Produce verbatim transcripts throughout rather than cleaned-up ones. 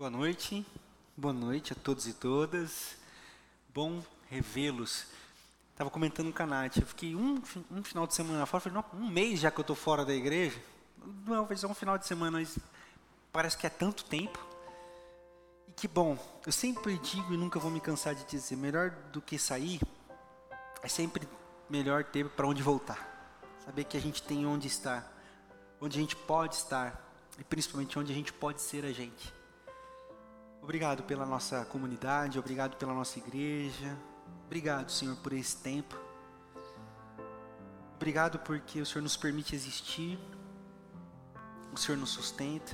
Boa noite, boa noite a todos e todas. Bom revê-los. Estava comentando com a Nath, eu fiquei um, um final de semana fora, falei, não, um mês já que eu estou fora da igreja. Não, vai ser um final de semana, mas parece que é tanto tempo. E que bom, eu sempre digo e nunca vou me cansar de dizer, melhor do que sair, é sempre melhor ter para onde voltar. Saber que a gente tem onde estar, onde a gente pode estar, e principalmente onde a gente pode ser a gente. Obrigado pela nossa comunidade, obrigado pela nossa igreja. Obrigado, Senhor, por esse tempo. Obrigado porque o Senhor nos permite existir. O Senhor nos sustenta.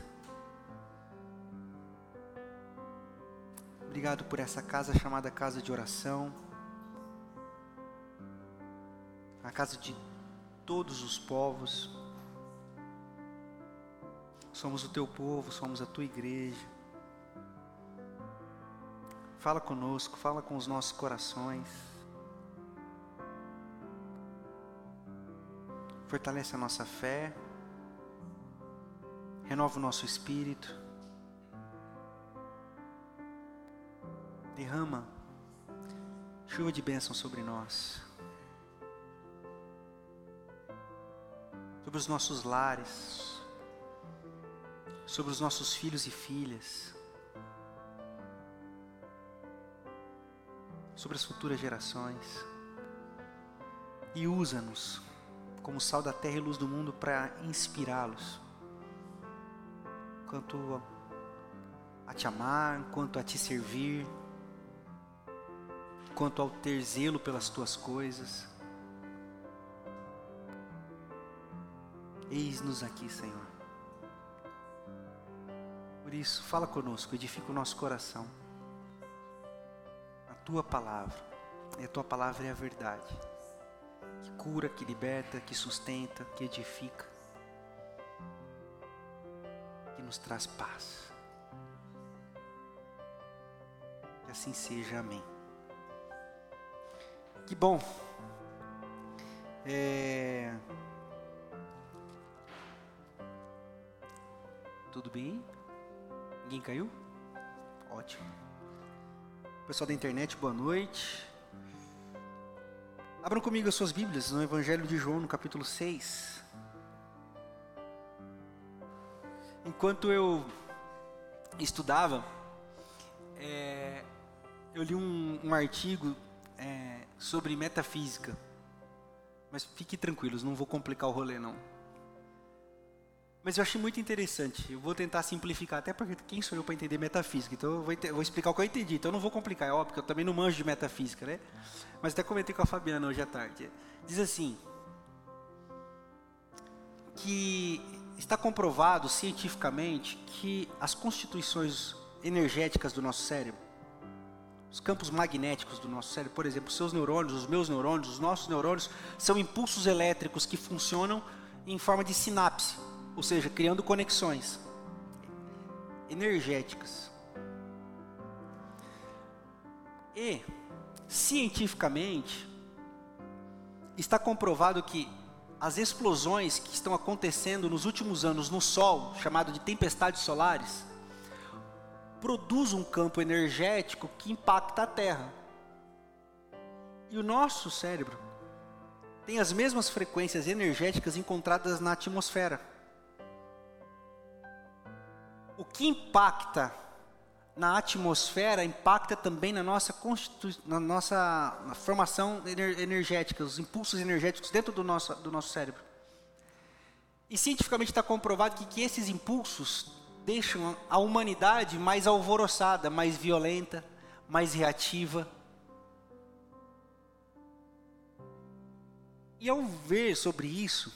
Obrigado por essa casa chamada casa de oração. A casa de todos os povos. Somos o teu povo, somos a tua igreja. Fala conosco, fala com os nossos corações. Fortalece a nossa fé. Renova o nosso espírito. Derrama chuva de bênção sobre nós. Sobre os nossos lares. Sobre os nossos filhos e filhas. Sobre as futuras gerações. E usa-nos como sal da terra e luz do mundo para inspirá-los. Quanto a te amar, quanto a te servir, quanto ao ter zelo pelas tuas coisas. Eis-nos aqui, Senhor. Por isso, fala conosco, edifica o nosso coração. Tua palavra, e a tua palavra é a verdade, que cura, que liberta, que sustenta, que edifica, que nos traz paz. Que assim seja, amém. Que bom. É... Tudo bem? Ninguém caiu? Ótimo. Pessoal da internet, boa noite. Abram comigo as suas Bíblias no Evangelho de João, no capítulo seis. Enquanto eu estudava, é, eu li um, um artigo é, sobre metafísica. Mas fiquem tranquilos, não vou complicar o rolê não. Mas eu achei muito interessante. Eu vou tentar simplificar, até porque quem sou eu para entender metafísica? Então eu vou, eu vou explicar o que eu entendi. Então eu não vou complicar, é óbvio, porque eu também não manjo de metafísica, né? Mas até comentei com a Fabiana hoje à tarde. Diz assim, que está comprovado cientificamente que as constituições energéticas do nosso cérebro, os campos magnéticos do nosso cérebro, por exemplo, os seus neurônios, os meus neurônios, os nossos neurônios, são impulsos elétricos que funcionam em forma de sinapse. Ou seja, criando conexões energéticas. E, cientificamente, está comprovado que as explosões que estão acontecendo nos últimos anos no Sol, chamado de tempestades solares, produzem um campo energético que impacta a Terra. E o nosso cérebro tem as mesmas frequências energéticas encontradas na atmosfera. O que impacta na atmosfera, impacta também na nossa, constitu... na nossa na formação energética, os impulsos energéticos dentro do nosso, do nosso cérebro. E cientificamente está comprovado que, que esses impulsos deixam a humanidade mais alvoroçada, mais violenta, mais reativa. E ao ver sobre isso,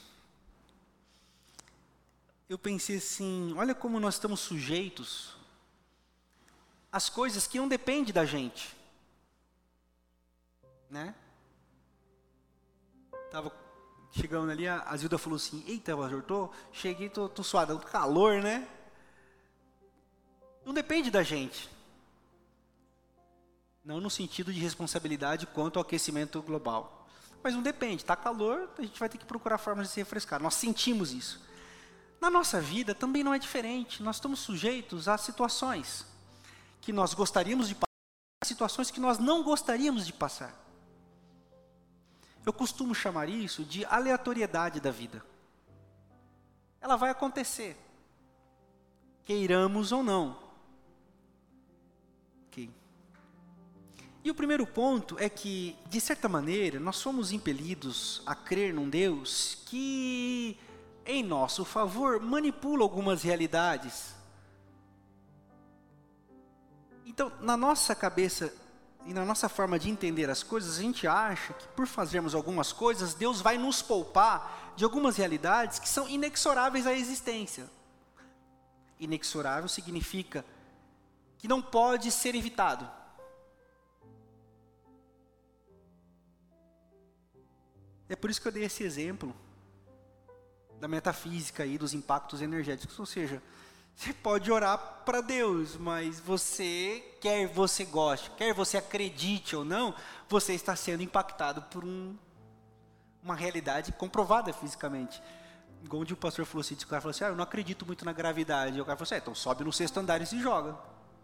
eu pensei assim, olha como nós estamos sujeitos às coisas que não dependem da gente, né? Tava chegando ali, a Zilda falou assim, eita, pastor, tô, cheguei, tô, tô suado, tô calor, né? Não depende da gente. Não no sentido de responsabilidade quanto ao aquecimento global. Mas não depende, tá calor, a gente vai ter que procurar formas de se refrescar. Nós sentimos isso. Na nossa vida também não é diferente. Nós estamos sujeitos a situações. que nós gostaríamos de passar, situações que nós não gostaríamos de passar. Eu costumo chamar isso de aleatoriedade da vida. Ela vai acontecer, queiramos ou não. Okay. E o primeiro ponto é que, de certa maneira, nós somos impelidos a crer num Deus que, em nosso favor, manipula algumas realidades. Então, na nossa cabeça e na nossa forma de entender as coisas, a gente acha que por fazermos algumas coisas, Deus vai nos poupar de algumas realidades que são inexoráveis à existência. Inexorável significa que não pode ser evitado. É por isso que eu dei esse exemplo da metafísica e dos impactos energéticos, ou seja, você pode orar para Deus, mas você, quer você goste, quer você acredite ou não, você está sendo impactado por um, uma realidade comprovada fisicamente. Igual onde o pastor falou assim, o cara falou assim, ah, eu não acredito muito na gravidade. E o cara falou assim, ah, então sobe no sexto andar e se joga.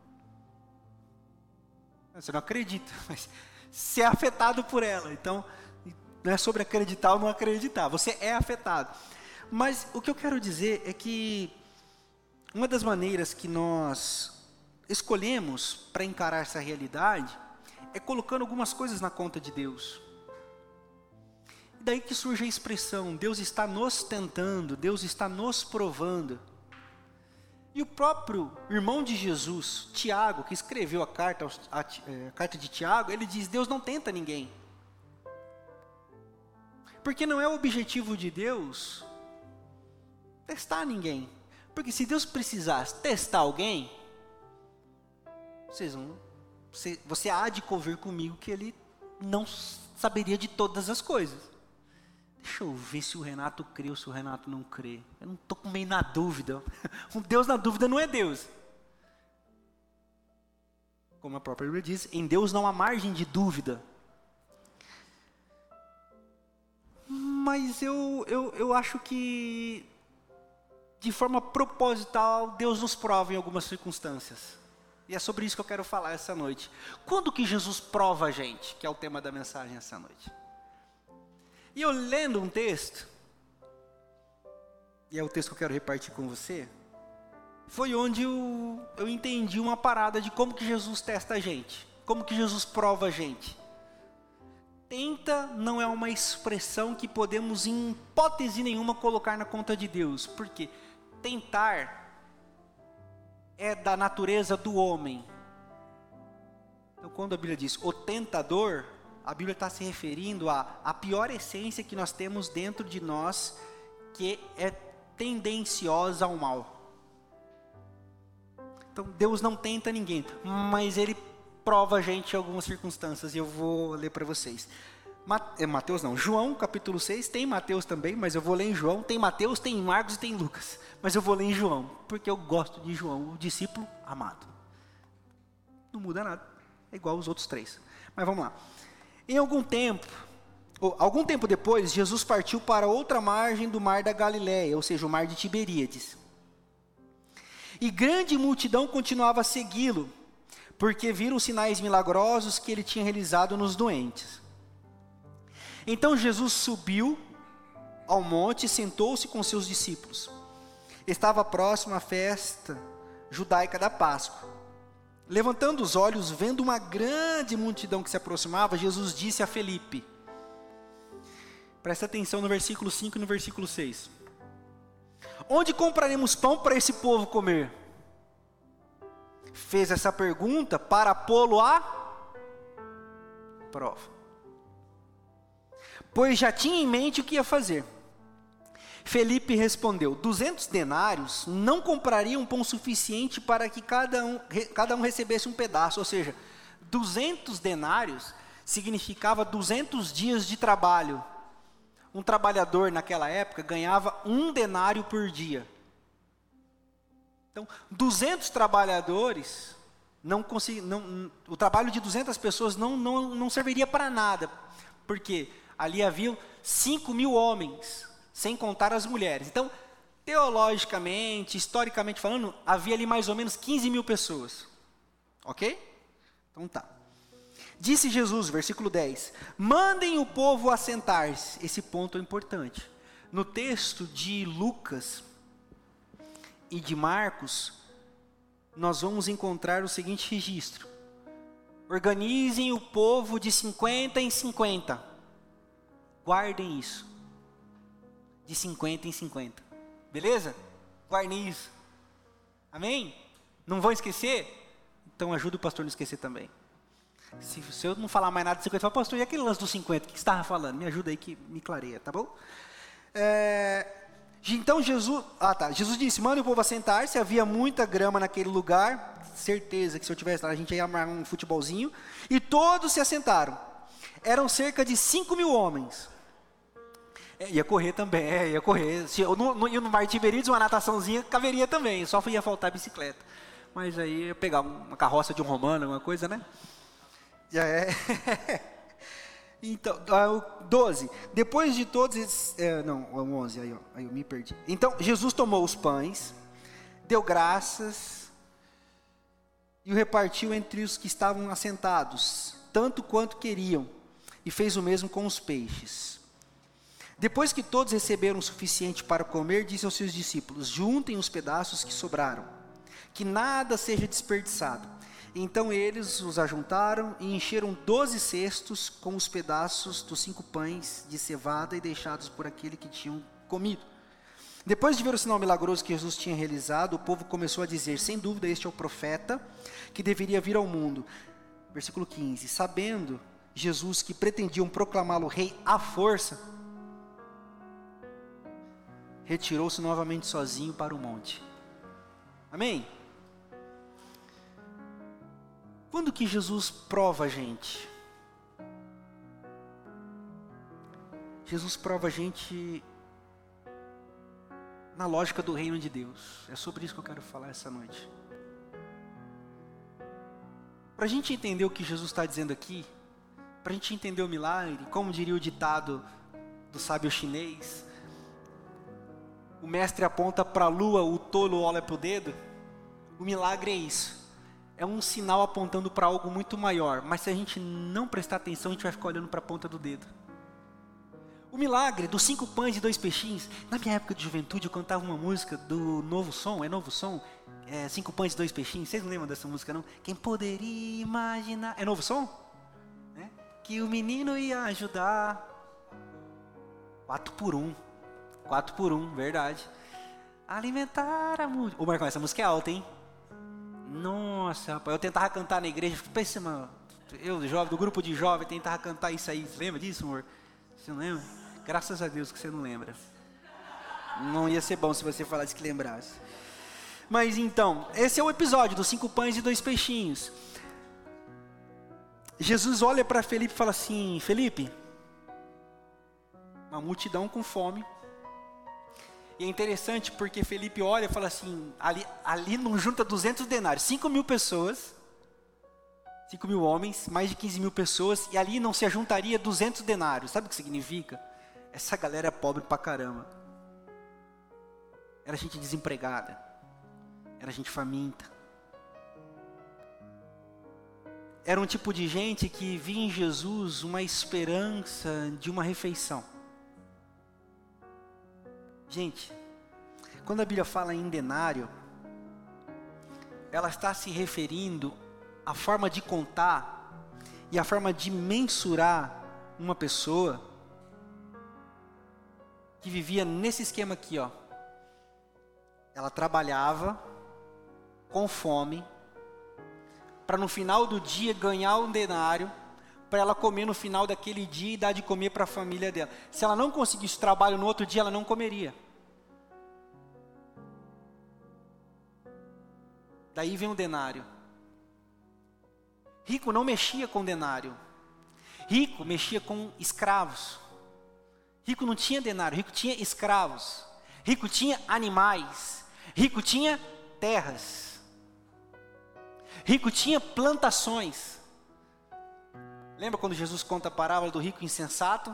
Você não acredita, mas você é afetado por ela. Então, não é sobre acreditar ou não acreditar, você é afetado. Mas o que eu quero dizer é que uma das maneiras que nós escolhemos para encarar essa realidade é colocando algumas coisas na conta de Deus. E daí que surge a expressão, Deus está nos tentando, Deus está nos provando. E o próprio irmão de Jesus, Tiago, que escreveu a carta, a, a carta de Tiago, ele diz, Deus não tenta ninguém. Porque não é o objetivo de Deus testar ninguém. Porque se Deus precisasse testar alguém, vocês vão, você, você há de convir comigo que Ele não saberia de todas as coisas. Deixa eu ver se o Renato crê ou se o Renato não crê. Eu não estou meio na dúvida. Um Deus na dúvida não é Deus. Como a própria Bíblia diz, em Deus não há margem de dúvida. Mas eu, eu, eu acho que, de forma proposital, Deus nos prova em algumas circunstâncias. E é sobre isso que eu quero falar essa noite. Quando que Jesus prova a gente? Que é o tema da mensagem essa noite. E eu lendo um texto, e é o texto que eu quero repartir com você, foi onde eu, eu entendi uma parada de como que Jesus testa a gente. Como que Jesus prova a gente. Tenta não é uma expressão que podemos, em hipótese nenhuma, colocar na conta de Deus. Porque tentar é da natureza do homem. Então, quando a Bíblia diz o tentador, a Bíblia está se referindo à, à pior essência que nós temos dentro de nós, que é tendenciosa ao mal. Então, Deus não tenta ninguém, mas Ele prova a gente em algumas circunstâncias, e eu vou ler para vocês. Mateus não, João capítulo seis, tem Mateus também, mas eu vou ler em João, tem Mateus, tem Marcos e tem Lucas, mas eu vou ler em João, porque eu gosto de João, o discípulo amado. Não muda nada, é igual aos outros três, mas vamos lá. Em algum tempo, ou, algum tempo depois, Jesus partiu para outra margem do mar da Galileia, ou seja, o mar de Tiberíades. E grande multidão continuava a segui-lo, porque viram os sinais milagrosos que ele tinha realizado nos doentes. Então Jesus subiu ao monte e sentou-se com seus discípulos. Estava próximo à festa judaica da Páscoa. Levantando os olhos, vendo uma grande multidão que se aproximava, Jesus disse a Felipe, presta atenção no versículo cinco e no versículo seis. Onde compraremos pão para esse povo comer? Fez essa pergunta para pô-lo à prova, pois já tinha em mente o que ia fazer. Felipe respondeu, duzentos denários não comprariam pão suficiente para que cada um, cada um recebesse um pedaço, ou seja, duzentos denários significava duzentos dias de trabalho. Um trabalhador naquela época ganhava um denário por dia. Então, duzentos trabalhadores, não consegui, não, o trabalho de duzentas pessoas não, não, não serviria para nada, porque ali haviam cinco mil homens, sem contar as mulheres. Então, teologicamente, historicamente falando, havia ali mais ou menos quinze mil pessoas. Ok? Então tá. Disse Jesus, versículo dez, mandem o povo assentar-se. Esse ponto é importante. No texto de Lucas e de Marcos, nós vamos encontrar o seguinte registro. Organizem o povo de cinquenta em cinquenta. Guardem isso. De cinquenta em cinquenta. Beleza? Guardem isso. Amém? Não vão esquecer? Então ajuda o pastor a não esquecer também. Se, se eu não falar mais nada de cinquenta, fala, pastor, e aquele lance dos cinquenta? O que você estava falando? Me ajuda aí que me clareia, tá bom? É, então Jesus, ah tá, Jesus disse, manda o povo assentar-se, havia muita grama naquele lugar, certeza que se eu tivesse lá, a gente ia armar um futebolzinho, e todos se assentaram. Eram cerca de cinco mil homens. É, ia correr também, é, ia correr. Se eu no, no, no Mar Tiberíades, uma nataçãozinha caberia também, só ia faltar bicicleta. Mas aí ia pegar uma carroça de um romano, alguma coisa, né? Já é. Então, doze. Depois de todos, é, não, onze, aí, ó, aí eu me perdi. Então, Jesus tomou os pães, deu graças e o repartiu entre os que estavam assentados, tanto quanto queriam, e fez o mesmo com os peixes. Depois que todos receberam o suficiente para comer, disse aos seus discípulos, juntem os pedaços que sobraram, que nada seja desperdiçado. Então eles os ajuntaram e encheram doze cestos com os pedaços dos cinco pães de cevada e deixados por aquele que tinham comido. Depois de ver o sinal milagroso que Jesus tinha realizado, o povo começou a dizer, sem dúvida este é o profeta que deveria vir ao mundo. Versículo quinze, sabendo Jesus que pretendiam proclamá-lo rei à força, retirou-se novamente sozinho para o monte. Amém? Quando que Jesus prova a gente? Jesus prova a gente na lógica do reino de Deus. É sobre isso que eu quero falar essa noite. Para a gente entender o que Jesus está dizendo aqui, para a gente entender o milagre, como diria o ditado do sábio chinês, o mestre aponta para a lua, o tolo olha para o dedo. O milagre é isso. É um sinal apontando para algo muito maior. Mas se a gente não prestar atenção, a gente vai ficar olhando para a ponta do dedo. O milagre dos cinco pães e dois peixinhos. Na minha época de juventude, eu cantava uma música do Novo Som. É Novo Som? É, cinco pães e dois peixinhos. Vocês não lembram dessa música, não? Quem poderia imaginar... É Novo Som? É? Que o menino ia ajudar. Quatro por um. Quatro por um, verdade. Alimentar a música. Ô Marcão, essa música é alta, hein? Nossa, rapaz, eu tentava cantar na igreja, pensa, mano, eu, jovem, do grupo de jovens, tentava cantar isso aí. Você lembra disso, amor? Você não lembra? Graças a Deus que você não lembra. Não ia ser bom se você falasse que lembrasse. Mas então, esse é o episódio dos cinco pães e dois peixinhos. Jesus olha para Felipe e fala assim, Felipe, uma multidão com fome. E é interessante porque Felipe olha e fala assim, ali, ali não junta duzentos denários, cinco mil pessoas, cinco mil homens, mais de quinze mil pessoas, e ali não se ajuntaria duzentos denários. Sabe o que significa? Essa galera é pobre pra caramba. Era gente desempregada, era gente faminta. Era um tipo de gente que via em Jesus uma esperança de uma refeição. Gente, quando a Bíblia fala em denário, ela está se referindo à forma de contar e à forma de mensurar uma pessoa que vivia nesse esquema aqui, ó. Ela trabalhava com fome para no final do dia ganhar um denário para ela comer no final daquele dia e dar de comer para a família dela. Se ela não conseguisse trabalho no outro dia, ela não comeria. Daí vem o denário. Rico não mexia com denário. Rico mexia com escravos. Rico não tinha denário, rico tinha escravos. Rico tinha animais. Rico tinha terras. Rico tinha plantações. Lembra quando Jesus conta a parábola do rico insensato?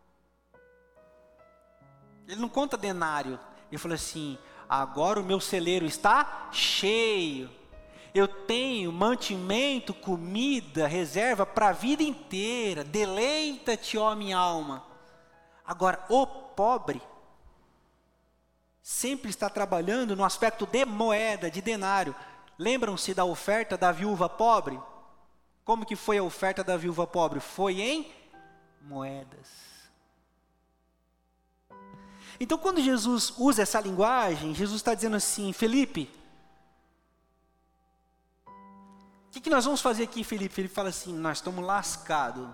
Ele não conta denário. Ele falou assim, agora o meu celeiro está cheio. Eu tenho mantimento, comida, reserva para a vida inteira. Deleita-te, ó minha alma. Agora, o pobre sempre está trabalhando no aspecto de moeda, de denário. Lembram-se da oferta da viúva pobre? Como que foi a oferta da viúva pobre? Foi em moedas. Então, quando Jesus usa essa linguagem, Jesus está dizendo assim: Felipe, o que, que nós vamos fazer aqui, Felipe? Felipe fala assim: nós estamos lascados.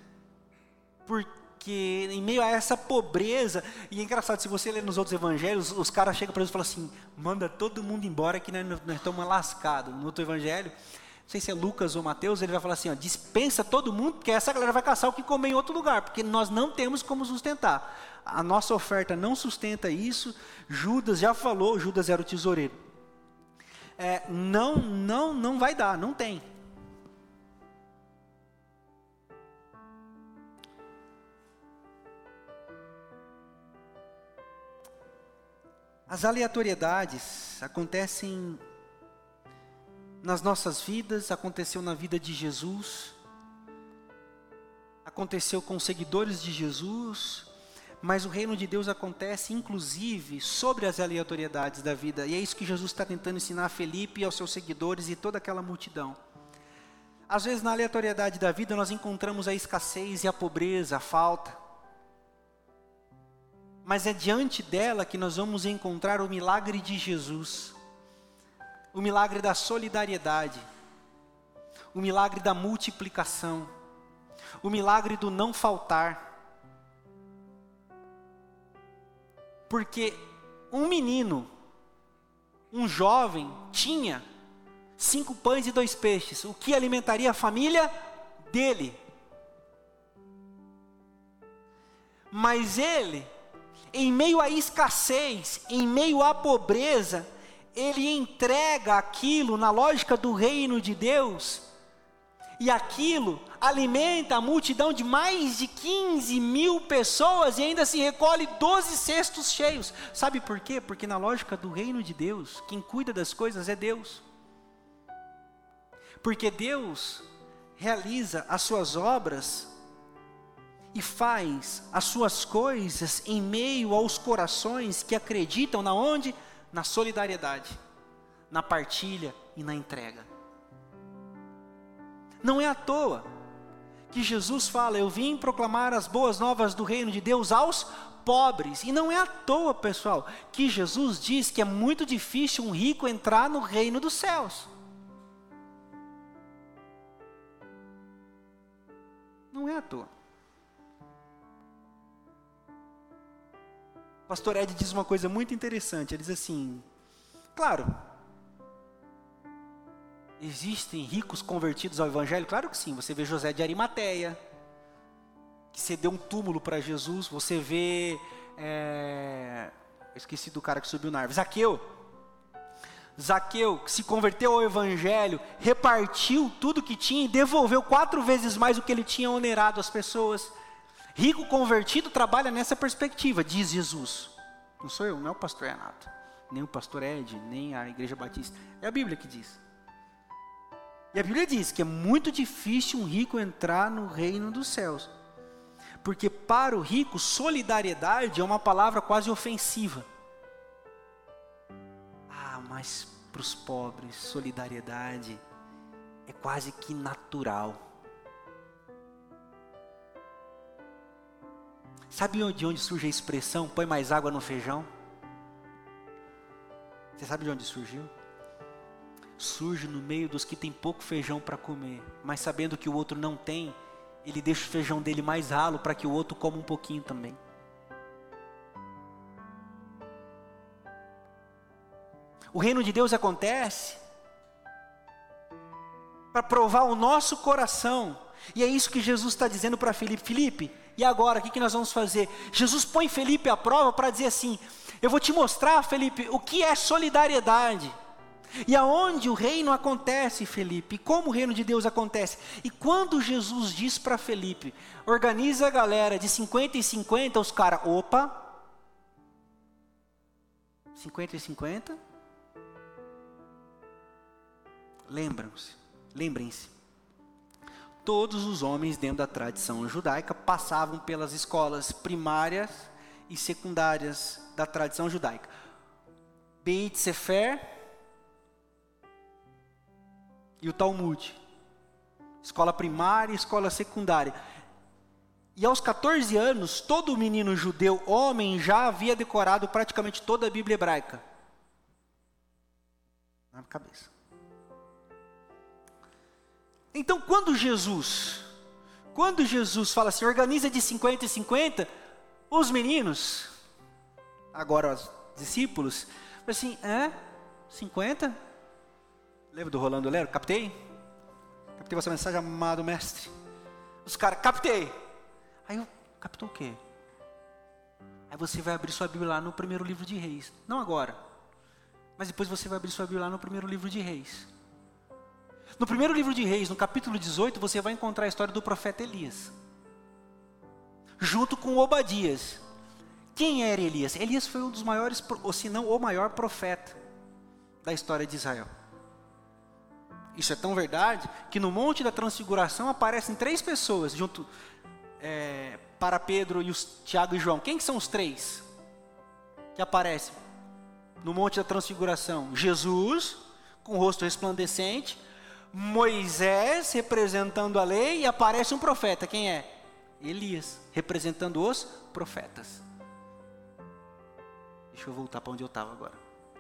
Porque em meio a essa pobreza, e é engraçado, se você ler nos outros evangelhos, os caras chegam para Jesus e falam assim: manda todo mundo embora que nós, nós estamos lascados. No outro evangelho, não sei se é Lucas ou Mateus, ele vai falar assim: ó, dispensa todo mundo, porque essa galera vai caçar o que comer em outro lugar, porque nós não temos como sustentar. A nossa oferta não sustenta isso. Judas já falou, Judas era o tesoureiro. É, não, não, não vai dar, não tem. As aleatoriedades acontecem nas nossas vidas, aconteceu na vida de Jesus, aconteceu com os seguidores de Jesus, mas o reino de Deus acontece inclusive sobre as aleatoriedades da vida, e é isso que Jesus está tentando ensinar a Felipe e aos seus seguidores e toda aquela multidão. Às vezes na aleatoriedade da vida nós encontramos a escassez e a pobreza, a falta, mas é diante dela que nós vamos encontrar o milagre de Jesus, o milagre da solidariedade, o milagre da multiplicação, o milagre do não faltar. Porque um menino, um jovem, tinha cinco pães e dois peixes, o que alimentaria a família dele. Mas ele, em meio à escassez, em meio à pobreza, ele entrega aquilo na lógica do reino de Deus, e aquilo alimenta a multidão de mais de quinze mil pessoas, e ainda assim recolhe doze cestos cheios. Sabe por quê? Porque na lógica do reino de Deus, quem cuida das coisas é Deus. Porque Deus realiza as suas obras e faz as suas coisas em meio aos corações que acreditam na onde? Na solidariedade, na partilha e na entrega. Não é à toa que Jesus fala: eu vim proclamar as boas novas do reino de Deus aos pobres. E não é à toa, pessoal, que Jesus diz que é muito difícil um rico entrar no reino dos céus. Não é à toa. O pastor Ed diz uma coisa muito interessante. Ele diz assim: claro, existem ricos convertidos ao evangelho? Claro que sim. Você vê José de Arimateia, que cedeu um túmulo para Jesus. Você vê, é... eu esqueci do cara que subiu na árvore, Zaqueu. Zaqueu, que se converteu ao evangelho, repartiu tudo que tinha e devolveu quatro vezes mais do que ele tinha onerado às pessoas. Rico convertido trabalha nessa perspectiva, diz Jesus. Não sou eu, não é o pastor Renato, nem o pastor Ed, nem a Igreja Batista. É a Bíblia que diz. E a Bíblia diz que é muito difícil um rico entrar no reino dos céus. Porque para o rico, solidariedade é uma palavra quase ofensiva. Ah, mas para os pobres, solidariedade é quase que natural. Sabe de onde surge a expressão, põe mais água no feijão? Você sabe de onde surgiu? Surge no meio dos que tem pouco feijão para comer, mas sabendo que o outro não tem, ele deixa o feijão dele mais ralo para que o outro coma um pouquinho também. O reino de Deus acontece para provar o nosso coração, e é isso que Jesus está dizendo para Felipe. Felipe, e agora, o que, que nós vamos fazer? Jesus põe Felipe à prova para dizer assim: eu vou te mostrar, Felipe, o que é solidariedade. E aonde o reino acontece, Felipe, e como o reino de Deus acontece. E quando Jesus diz para Felipe: organiza a galera de cinquenta e cinquenta, os caras, opa, cinquenta e cinquenta? lembram-se, lembrem-se, todos os homens dentro da tradição judaica passavam pelas escolas primárias e secundárias da tradição judaica. Beit Sefer e o Talmud. Escola primária e escola secundária. E aos catorze anos, todo menino judeu, homem, já havia decorado praticamente toda a Bíblia hebraica. Na cabeça. Então, quando Jesus, quando Jesus fala assim, organiza de cinquenta e cinquenta, os meninos, agora os discípulos, falam assim, é? cinquenta? Lembra do Rolando Lero? Captei? Captei vossa mensagem, amado mestre. Os caras, captei. Aí eu, captou o quê? Aí você vai abrir sua Bíblia lá no primeiro livro de Reis. Não agora. Mas depois você vai abrir sua Bíblia lá no primeiro livro de Reis. No primeiro livro de Reis, no capítulo dezoito, você vai encontrar a história do profeta Elias. Junto com Obadias. Quem era Elias? Elias foi um dos maiores, ou se não o maior profeta da história de Israel. Isso é tão verdade que no Monte da Transfiguração aparecem três pessoas junto é, para Pedro e os Tiago e João. Quem que são os três que aparecem no Monte da Transfiguração? Jesus, com o rosto resplandecente, Moisés representando a lei, e aparece um profeta. Quem é? Elias, representando os profetas. Deixa eu voltar para onde eu estava agora.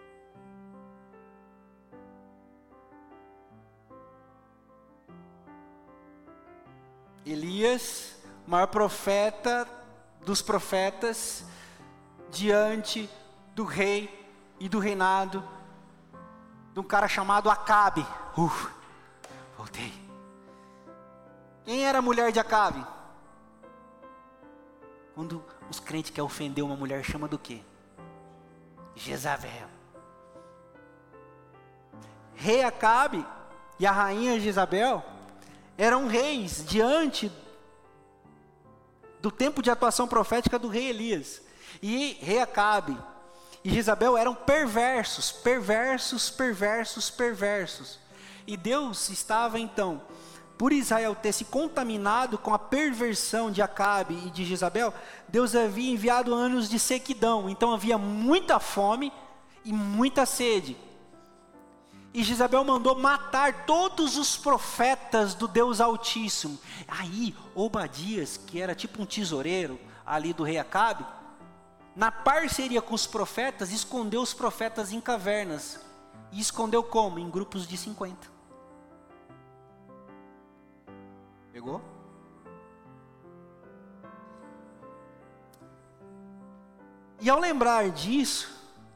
Elias, maior profeta dos profetas, diante do rei e do reinado de um cara chamado Acabe. Uh, voltei. Quem era a mulher de Acabe? Quando os crentes querem ofender uma mulher, chama do quê? Jezabel. Rei Acabe e a rainha Jezabel eram reis diante do tempo de atuação profética do rei Elias. E rei Acabe e Jezabel eram perversos, perversos, perversos, perversos. E Deus estava então, por Israel ter se contaminado com a perversão de Acabe e de Jezabel, Deus havia enviado anos de sequidão. Então havia muita fome e muita sede. E Jezabel mandou matar todos os profetas do Deus Altíssimo. Aí Obadias, que era tipo um tesoureiro ali do rei Acabe, na parceria com os profetas, escondeu os profetas em cavernas. E escondeu como? Em grupos de cinquenta. Pegou? E ao lembrar disso,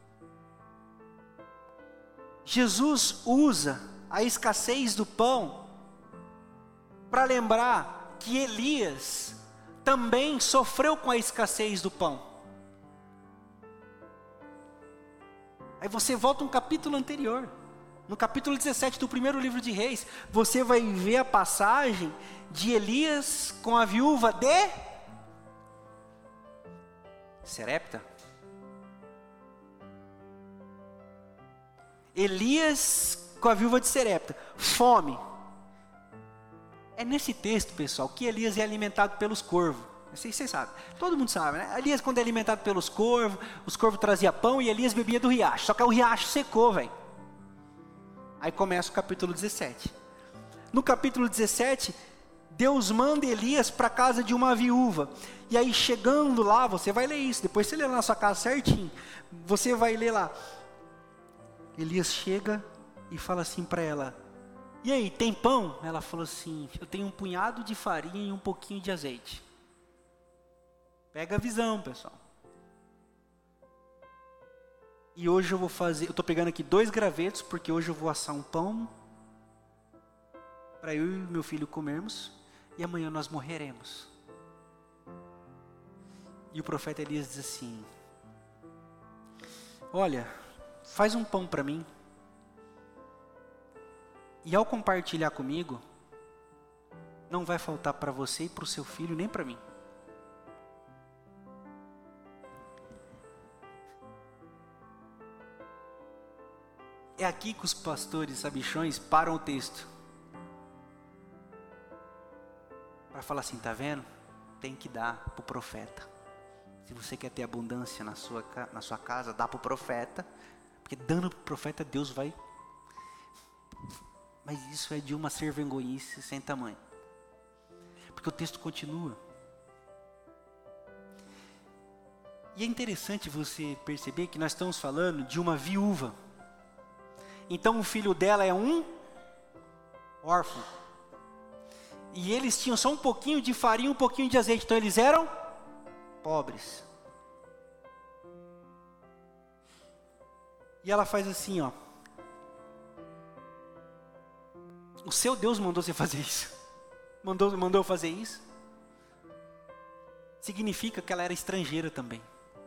Jesus usa a escassez do pão para lembrar que Elias também sofreu com a escassez do pão. Aí você volta um capítulo anterior, no capítulo dezessete do primeiro livro de Reis, você vai ver a passagem de Elias com a viúva de Serepta. Elias com a viúva de Serepta, fome. É nesse texto, pessoal, que Elias é alimentado pelos corvos. Não sei se vocês sabem, todo mundo sabe, né? Elias, quando é alimentado pelos corvos, os corvos traziam pão e Elias bebia do riacho. Só que o riacho secou, velho. Aí começa o capítulo dezessete. No capítulo dezessete, Deus manda Elias para a casa de uma viúva. E aí chegando lá, você vai ler isso, depois você lê lá na sua casa certinho. Você vai ler lá. Elias chega e fala assim para ela: e aí, tem pão? Ela falou assim: eu tenho um punhado de farinha e um pouquinho de azeite. Pega a visão, pessoal. E hoje eu vou fazer, eu estou pegando aqui dois gravetos, porque hoje eu vou assar um pão para eu e meu filho comermos, e amanhã nós morreremos. E o profeta Elias diz assim: olha, faz um pão para mim, e ao compartilhar comigo, não vai faltar para você e para o seu filho, nem para mim. É aqui que os pastores sabichões param o texto. Para falar assim, tá vendo? Tem que dar para o profeta. Se você quer ter abundância na sua, na sua casa, dá para o profeta. Porque dando para o profeta, Deus vai... Mas isso é de uma servengoice sem tamanho. Porque o texto continua. E é interessante você perceber que nós estamos falando de uma viúva. Então o filho dela é um órfão. E eles tinham só um pouquinho de farinha, um pouquinho de azeite. Então eles eram pobres. E ela faz assim, ó. O seu Deus mandou você fazer isso. Mandou, mandou eu fazer isso. Significa que ela era estrangeira também.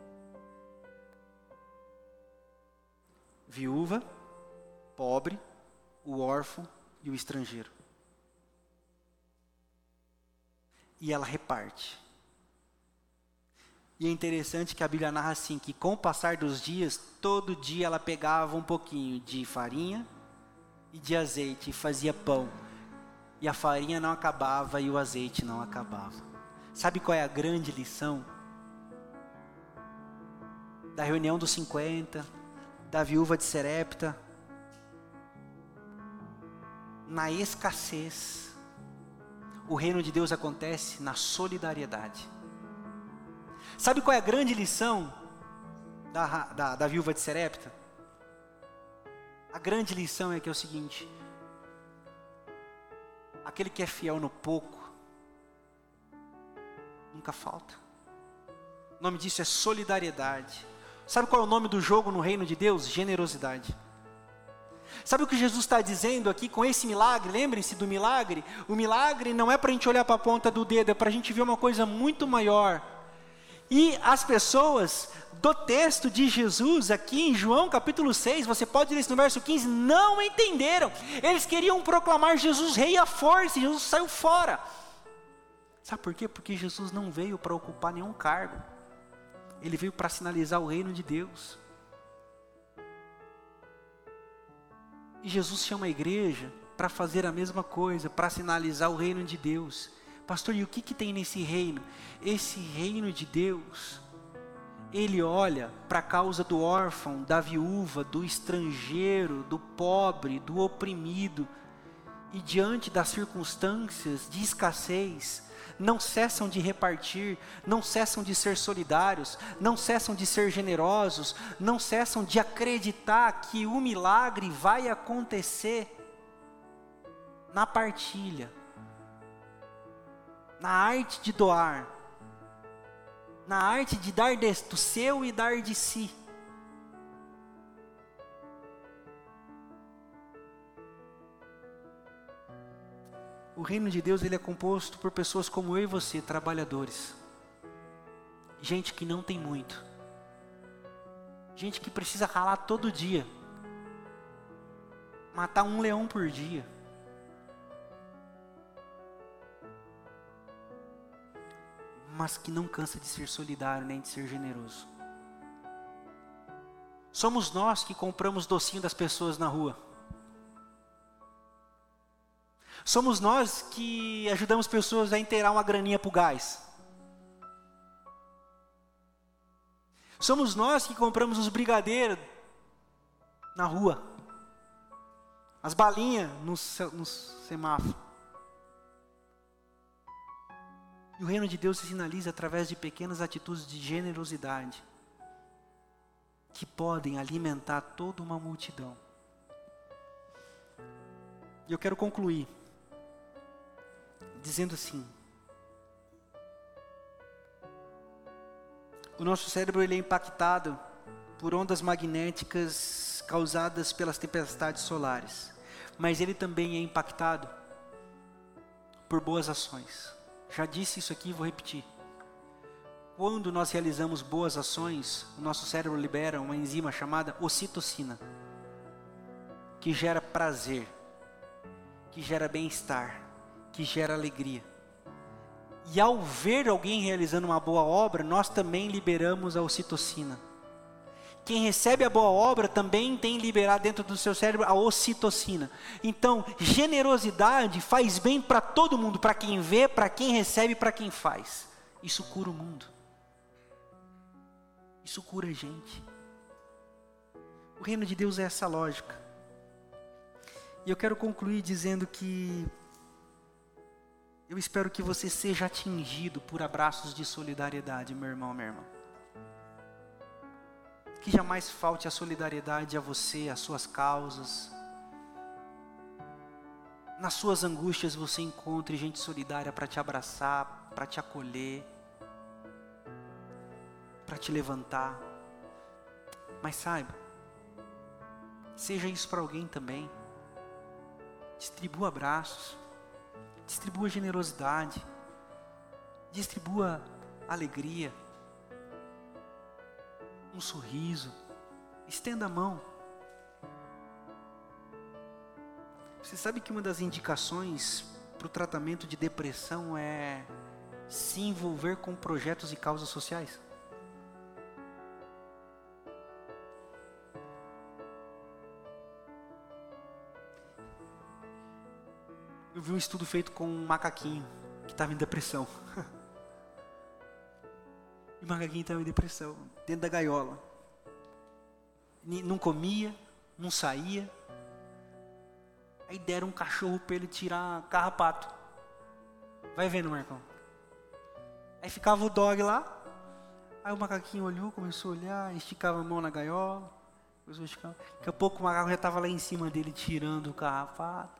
Viúva, pobre, o órfão e o estrangeiro. E ela reparte. E é interessante que a Bíblia narra assim, que com o passar dos dias, todo dia ela pegava um pouquinho de farinha e de azeite e fazia pão. E a farinha não acabava e o azeite não acabava. Sabe qual é a grande lição? Da reunião dos cinquenta, da viúva de Serepta. Na escassez, o reino de Deus acontece na solidariedade. Sabe qual é a grande lição da, da, da viúva de Serepta? A grande lição é que é o seguinte: aquele que é fiel no pouco, nunca falta. O nome disso é solidariedade. Sabe qual é o nome do jogo no reino de Deus? Generosidade. Sabe o que Jesus está dizendo aqui com esse milagre? Lembrem-se do milagre. O milagre não é para a gente olhar para a ponta do dedo, é para a gente ver uma coisa muito maior. E as pessoas do texto de Jesus, aqui em João capítulo seis, você pode ler isso no verso quinze, não entenderam. Eles queriam proclamar Jesus rei à força, e Jesus saiu fora. Sabe por quê? Porque Jesus não veio para ocupar nenhum cargo. Ele veio para sinalizar o reino de Deus. E Jesus chama a igreja para fazer a mesma coisa, para sinalizar o reino de Deus. Pastor, e o que, que tem nesse reino? Esse reino de Deus, ele olha para a causa do órfão, da viúva, do estrangeiro, do pobre, do oprimido. E diante das circunstâncias de escassez, não cessam de repartir, não cessam de ser solidários, não cessam de ser generosos, não cessam de acreditar que o milagre vai acontecer na partilha, na arte de doar, na arte de dar do seu e dar de si. O reino de Deus, ele é composto por pessoas como eu e você, trabalhadores. Gente que não tem muito. Gente que precisa ralar todo dia. Matar um leão por dia. Mas que não cansa de ser solidário, nem de ser generoso. Somos nós que compramos docinho das pessoas na rua. Somos nós que ajudamos pessoas a inteirar uma graninha para o gás. Somos nós que compramos os brigadeiros na rua. As balinhas no, no semáforo. E o reino de Deus se sinaliza através de pequenas atitudes de generosidade, que podem alimentar toda uma multidão. E eu quero concluir dizendo assim: o nosso cérebro, ele é impactado por ondas magnéticas causadas pelas tempestades solares, mas ele também é impactado por boas ações. Já disse isso aqui e vou repetir. Quando nós realizamos boas ações, o nosso cérebro libera uma enzima chamada ocitocina, que gera prazer, que gera bem-estar, que gera alegria. E ao ver alguém realizando uma boa obra, nós também liberamos a ocitocina, Quem recebe a boa obra também tem liberado dentro do seu cérebro a ocitocina. Então, generosidade faz bem para todo mundo, para quem vê, para quem recebe, para quem faz. Isso cura o mundo. Isso cura a gente. O reino de Deus é essa lógica. E eu quero concluir dizendo que eu espero que você seja atingido por abraços de solidariedade, meu irmão, minha irmã. Que jamais falte a solidariedade a você, às suas causas. Nas suas angústias você encontre gente solidária para te abraçar, para te acolher, para te levantar. Mas saiba, seja isso para alguém também. Distribua abraços, distribua generosidade, distribua alegria, um sorriso, estenda a mão. Você sabe que uma das indicações para o tratamento de depressão é se envolver com projetos e causas sociais? Eu vi um estudo feito com um macaquinho que estava em depressão. E o macaquinho estava em depressão, dentro da gaiola. Não comia, não saía. Aí deram um cachorro para ele tirar carrapato. Vai vendo, Marcão. Aí ficava o dog lá. Aí o macaquinho olhou, começou a olhar, esticava a mão na gaiola. Começou a esticar. Daqui a pouco o macaco já estava lá em cima dele tirando o carrapato.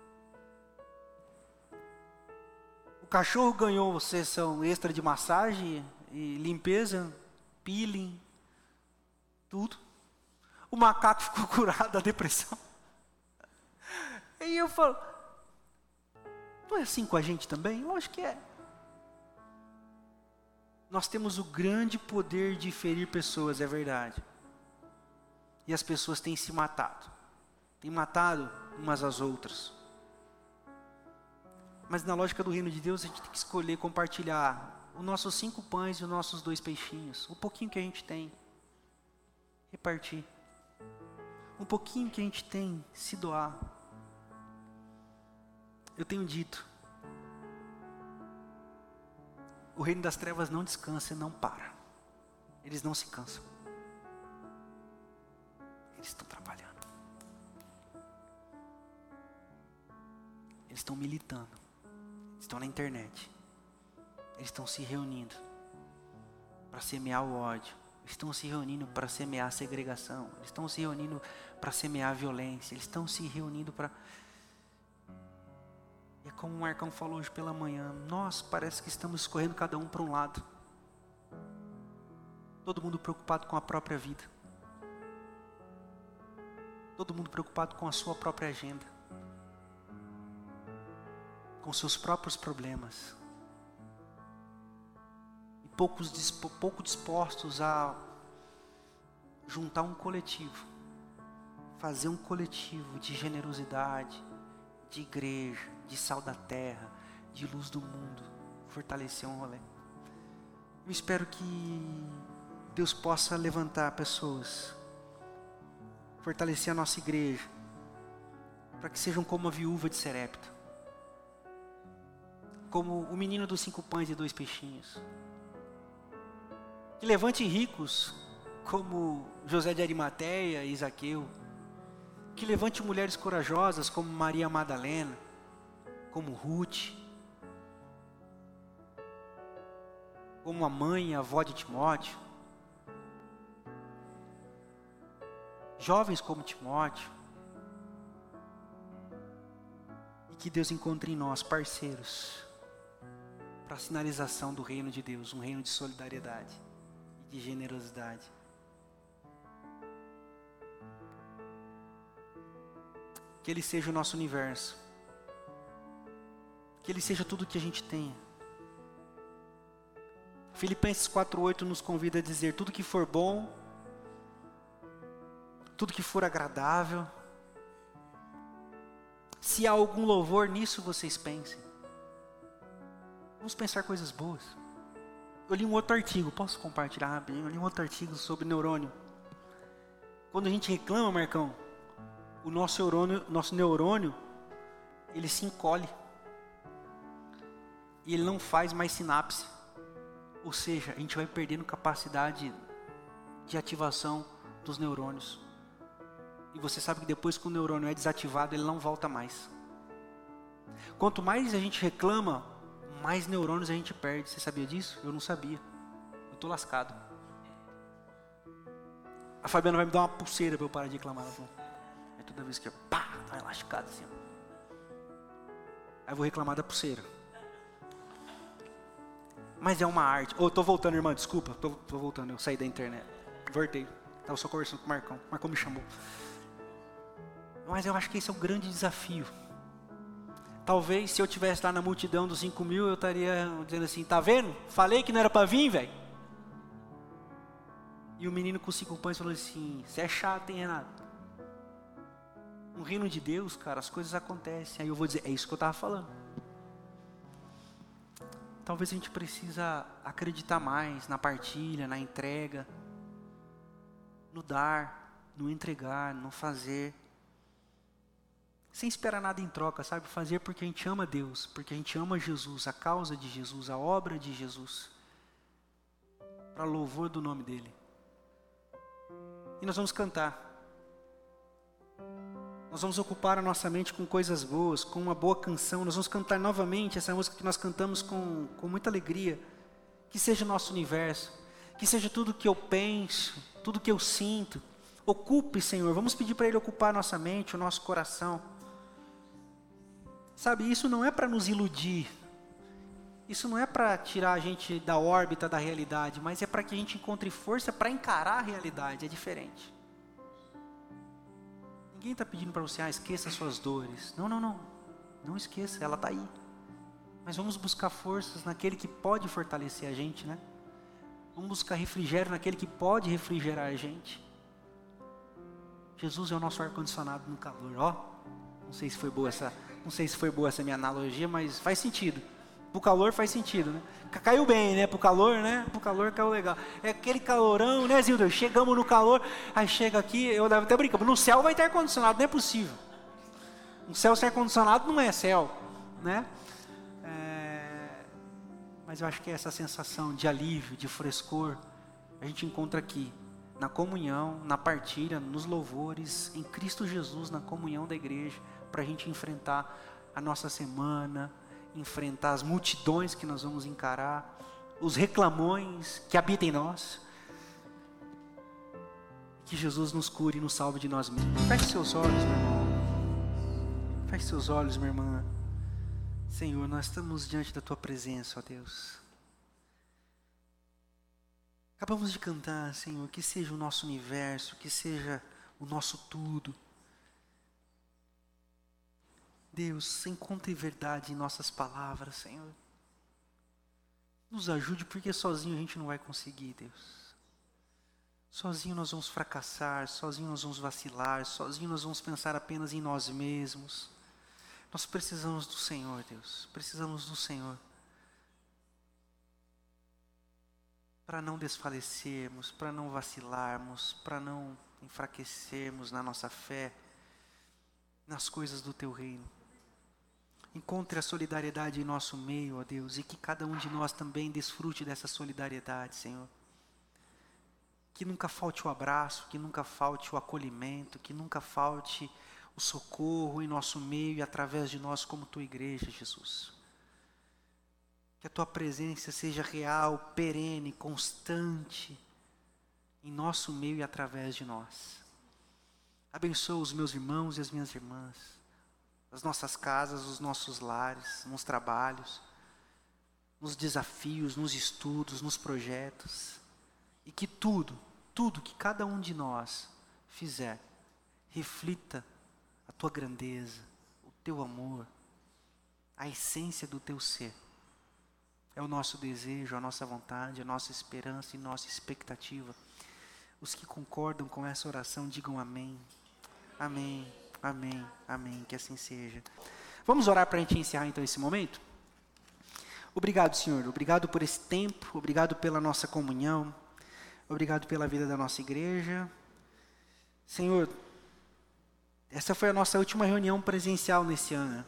O cachorro ganhou sessão extra de massagem e limpeza, peeling, tudo. O macaco ficou curado da depressão. E eu falo, não é assim com a gente também? Lógico que é. Nós temos o grande poder de ferir pessoas, é verdade. E as pessoas têm se matado. Têm matado umas às outras. Mas na lógica do reino de Deus, a gente tem que escolher compartilhar os nossos cinco pães e os nossos dois peixinhos. O pouquinho que a gente tem, repartir. Um pouquinho que a gente tem, se doar. Eu tenho dito, o reino das trevas não descansa e não para. Eles não se cansam. Eles estão trabalhando. Eles estão militando. Eles estão na internet. Eles estão se reunindo para semear o ódio. Eles estão se reunindo para semear a segregação. Eles estão se reunindo para semear a violência. Eles estão se reunindo para... E é como o Marcão falou hoje pela manhã. Nós parece que estamos escorrendo cada um para um lado. Todo mundo preocupado com a própria vida. Todo mundo preocupado com a sua própria agenda. Com seus próprios problemas. E poucos, dispo, pouco dispostos a juntar um coletivo. Fazer um coletivo de generosidade, de igreja, de sal da terra, de luz do mundo. Fortalecer um rolê. Eu espero que Deus possa levantar pessoas. Fortalecer a nossa igreja. Para que sejam como a viúva de Serepta. Como o menino dos cinco pães e dois peixinhos. Que levante ricos como José de Arimateia e Zaqueu. Que levante mulheres corajosas como Maria Madalena, como Ruth, como a mãe e a avó de Timóteo. Jovens como Timóteo. E que Deus encontre em nós parceiros para a sinalização do reino de Deus, um reino de solidariedade e de generosidade. Que Ele seja o nosso universo. Que Ele seja tudo o que a gente tenha. Filipenses quatro oito nos convida a dizer: tudo que for bom, tudo que for agradável, se há algum louvor nisso, vocês pensem. Vamos pensar coisas boas. Eu li um outro artigo, posso compartilhar rapidinho? Eu li um outro artigo sobre neurônio. Quando a gente reclama, Marcão, o nosso neurônio, nosso neurônio, ele se encolhe. E ele não faz mais sinapse. Ou seja, a gente vai perdendo capacidade de ativação dos neurônios. E você sabe que depois que o neurônio é desativado, ele não volta mais. Quanto mais a gente reclama, mais neurônios a gente perde. Você sabia disso? Eu não sabia. Eu tô lascado. A Fabiana vai me dar uma pulseira para eu parar de reclamar. Ela falou. Aí toda vez que eu, pá, tá lascado assim. Aí eu vou reclamar da pulseira. Mas é uma arte. Ô, oh, tô voltando, irmã, desculpa. Tô, tô voltando, eu saí da internet. Voltei. Tava só conversando com o Marcão. O Marcão me chamou. Mas eu acho que esse é o grande desafio. Talvez se eu estivesse lá na multidão dos cinco mil, eu estaria dizendo assim, tá vendo? Falei que não era para vir, velho. E o menino com cinco pães falou assim, você é chato, hein, Renato? No reino de Deus, cara, as coisas acontecem. Aí eu vou dizer, é isso que eu estava falando. Talvez a gente precisa acreditar mais na partilha, na entrega, no dar, no entregar, no fazer. Sem esperar nada em troca, sabe? Fazer porque a gente ama Deus, porque a gente ama Jesus, a causa de Jesus, a obra de Jesus. Para louvor do nome dEle. E nós vamos cantar. Nós vamos ocupar a nossa mente com coisas boas, com uma boa canção. Nós vamos cantar novamente essa música que nós cantamos com, com muita alegria. Que seja o nosso universo. Que seja tudo que eu penso, tudo que eu sinto. Ocupe, Senhor. Vamos pedir para Ele ocupar a nossa mente, o nosso coração. Sabe, isso não é para nos iludir. Isso não é para tirar a gente da órbita da realidade, mas é para que a gente encontre força para encarar a realidade. É diferente. Ninguém está pedindo para você, ah, esqueça as suas dores. Não, não, não. Não esqueça, ela está aí. Mas vamos buscar forças naquele que pode fortalecer a gente, né? Vamos buscar refrigério naquele que pode refrigerar a gente. Jesus é o nosso ar-condicionado no calor, ó. Não sei se foi boa essa, não sei se foi boa essa minha analogia, mas faz sentido. Pro calor faz sentido, né? Caiu bem, né? Pro calor, né? Pro calor caiu legal. É aquele calorão, né, Zilda? Chegamos no calor, aí chega aqui, eu até brinco, no céu vai ter ar-condicionado, não é possível. No céu sem ar-condicionado não é céu, né? É... Mas eu acho que essa sensação de alívio, de frescor, a gente encontra aqui, na comunhão, na partilha, nos louvores, em Cristo Jesus, na comunhão da igreja, para a gente enfrentar a nossa semana, enfrentar as multidões que nós vamos encarar, os reclamões que habitam em nós. Que Jesus nos cure e nos salve de nós mesmos. Feche seus olhos, meu irmão. Feche seus olhos, minha irmã. Senhor, nós estamos diante da Tua presença, ó Deus. Acabamos de cantar, Senhor, que seja o nosso universo, que seja o nosso tudo. Deus, encontre verdade em nossas palavras, Senhor. Nos ajude, porque sozinho a gente não vai conseguir, Deus. Sozinho nós vamos fracassar, sozinho nós vamos vacilar, sozinho nós vamos pensar apenas em nós mesmos. Nós precisamos do Senhor, Deus. Precisamos do Senhor. Para não desfalecermos, para não vacilarmos, para não enfraquecermos na nossa fé, nas coisas do Teu reino. Encontre a solidariedade em nosso meio, ó Deus, e que cada um de nós também desfrute dessa solidariedade, Senhor. Que nunca falte o abraço, que nunca falte o acolhimento, que nunca falte o socorro em nosso meio e através de nós como Tua igreja, Jesus. Que a Tua presença seja real, perene, constante em nosso meio e através de nós. Abençoa os meus irmãos e as minhas irmãs, as nossas casas, os nossos lares, nos trabalhos, nos desafios, nos estudos, nos projetos. E que tudo, tudo que cada um de nós fizer, reflita a Tua grandeza, o Teu amor, a essência do Teu ser. É o nosso desejo, a nossa vontade, a nossa esperança e nossa expectativa. Os que concordam com essa oração, digam amém. Amém, amém, amém, que assim seja. Vamos orar para a gente encerrar então esse momento? Obrigado, Senhor, obrigado por esse tempo, obrigado pela nossa comunhão, obrigado pela vida da nossa igreja. Senhor, essa foi a nossa última reunião presencial nesse ano.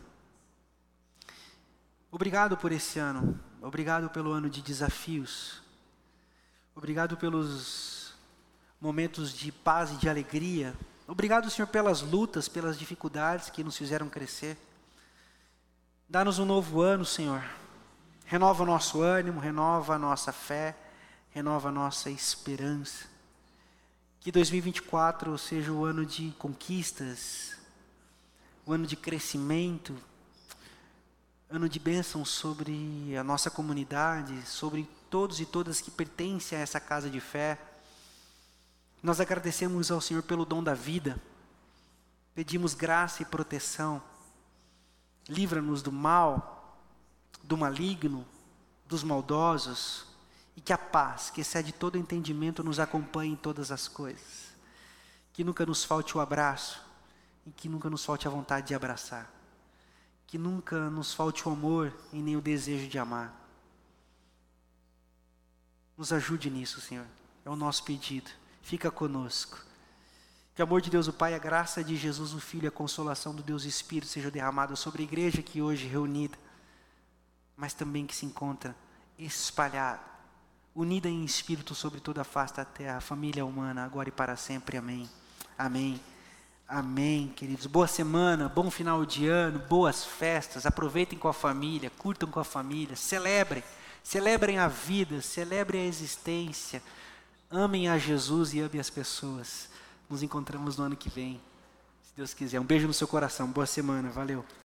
Obrigado por esse ano. Obrigado pelo ano de desafios. Obrigado pelos momentos de paz e de alegria. Obrigado, Senhor, pelas lutas, pelas dificuldades que nos fizeram crescer. Dá-nos um novo ano, Senhor. Renova o nosso ânimo, renova a nossa fé, renova a nossa esperança. Que dois mil e vinte e quatro seja o ano de conquistas, o ano de crescimento, ano de bênção sobre a nossa comunidade, sobre todos e todas que pertencem a essa casa de fé. Nós agradecemos ao Senhor pelo dom da vida, pedimos graça e proteção, livra-nos do mal, do maligno, dos maldosos, e que a paz, que excede todo entendimento, nos acompanhe em todas as coisas. Que nunca nos falte o abraço, e que nunca nos falte a vontade de abraçar. Que nunca nos falte o amor e nem o desejo de amar. Nos ajude nisso, Senhor. É o nosso pedido. Fica conosco. Que o amor de Deus o Pai, a graça de Jesus o Filho, a consolação do Deus Espírito seja derramada sobre a igreja aqui hoje reunida, mas também que se encontra espalhada, unida em espírito sobre toda a face da terra, a família humana, agora e para sempre. Amém. Amém. Amém, queridos. Boa semana, bom final de ano, boas festas. Aproveitem com a família, curtam com a família, celebrem. Celebrem a vida, celebrem a existência. Amem a Jesus e amem as pessoas. Nos encontramos no ano que vem, se Deus quiser. Um beijo no seu coração. Boa semana. Valeu.